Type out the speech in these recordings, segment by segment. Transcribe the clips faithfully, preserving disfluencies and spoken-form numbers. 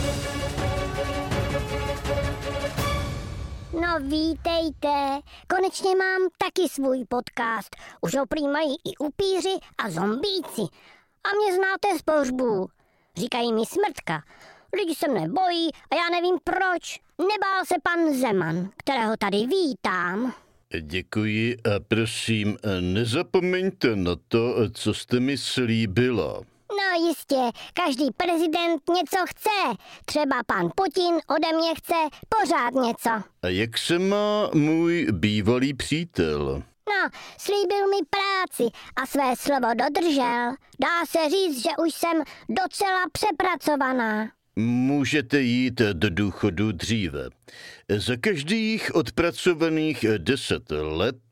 No vítejte, konečně mám taky svůj podcast. Už ho prý mají i upíři a zombíci. A mě znáte z pohřbů. Říkají mi Smrtka. Lidi se mne bojí a já nevím proč. Nebál se pan Zeman, kterého tady vítám. Děkuji a prosím, nezapomeňte na to, co jste mi slíbila. No jistě, každý prezident něco chce. Třeba pan Putin ode mě chce pořád něco. A jak se má můj bývalý přítel? No, slíbil mi práci a své slovo dodržel. Dá se říct, že už jsem docela přepracovaná. Můžete jít do důchodu dříve. Za každých odpracovaných deset let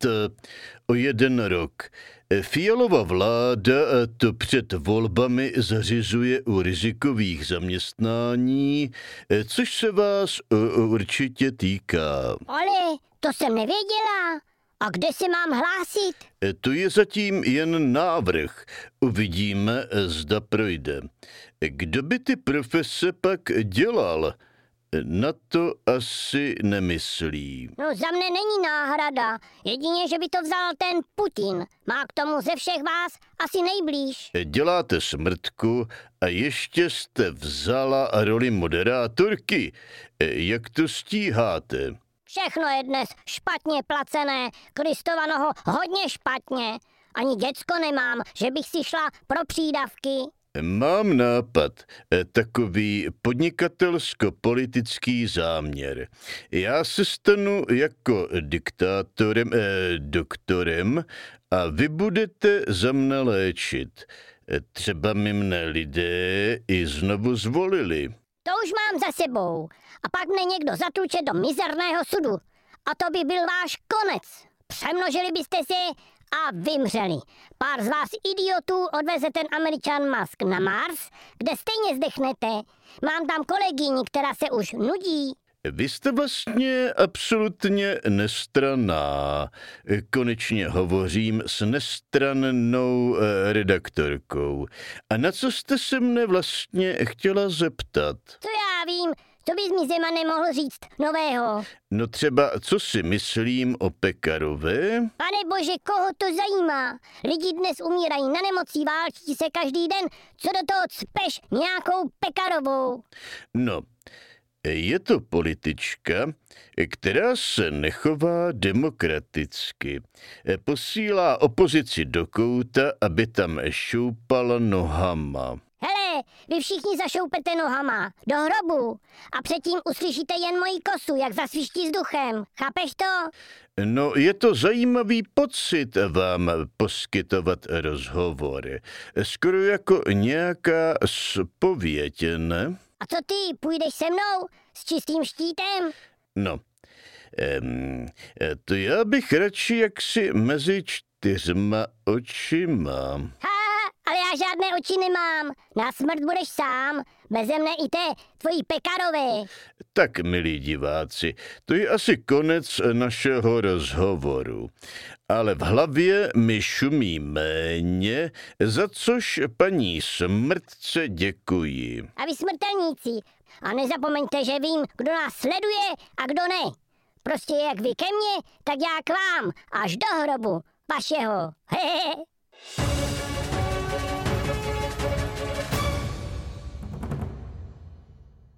o jeden rok. Fialova vláda to před volbami zařizuje u rizikových zaměstnání, což se vás určitě týká. Ale to jsem nevěděla. A kde se mám hlásit? To je zatím jen návrh. Uvidíme, zda projde. Kdo by ty profese pak dělal? Na to asi nemyslí. No za mne není náhrada. Jedině, že by to vzal ten Putin. Má k tomu ze všech vás asi nejblíž. Děláte Smrtku a ještě jste vzala roli moderátorky. Jak to stíháte? Všechno je dnes špatně placené. Kristova noho hodně špatně. Ani děcko nemám, že bych si šla pro přídavky. Mám nápad, takový podnikatelsko-politický záměr. Já se stanu jako diktátorem, eh, doktorem a vy budete za mne léčit. Třeba mi mne lidé i znovu zvolili. To už mám za sebou. A pak mne někdo zatluče do mizerného sudu. A to by byl váš konec. Přemnožili byste si a vymřeli. Pár z vás idiotů odveze ten Američan Musk na Mars, kde stejně zdechnete. Mám tam kolegyni, která se už nudí. Vy jste vlastně absolutně nestranná. Konečně hovořím s nestrannou redaktorkou. A na co jste se mne vlastně chtěla zeptat? Co já vím, co bys mi Zeman nemohl říct nového? No třeba, co si myslím o Pekarové? Pane bože, koho to zajímá? Lidi dnes umírají na nemocí, válčí se každý den. Co do toho cpeš nějakou Pekarovou? No, je to politička, která se nechová demokraticky. Posílá opozici do kouta, aby tam šoupala nohama. Hele, vy všichni zašoupete nohama do hrobu a předtím uslyšíte jen moji kosu, jak zasviští vzduchem. Chápeš to? No, je to zajímavý pocit vám poskytovat rozhovor. Skoro jako nějaká zpověď, ne? A co ty, půjdeš se mnou s čistým štítem? No, um, to já bych radši jaksi mezi čtyřma očima. Ha, ale já žádné oči nemám. Na smrt budeš sám. Beze mne i té tvojí Pekarové. Tak, milí diváci, to je asi konec našeho rozhovoru. Ale v hlavě mi šumí méně, za což paní Smrtce děkuji. A vy smrtelníci. A nezapomeňte, že vím, kdo nás sleduje a kdo ne. Prostě jak vy ke mně, tak já k vám. Až do hrobu vašeho. Hehehe.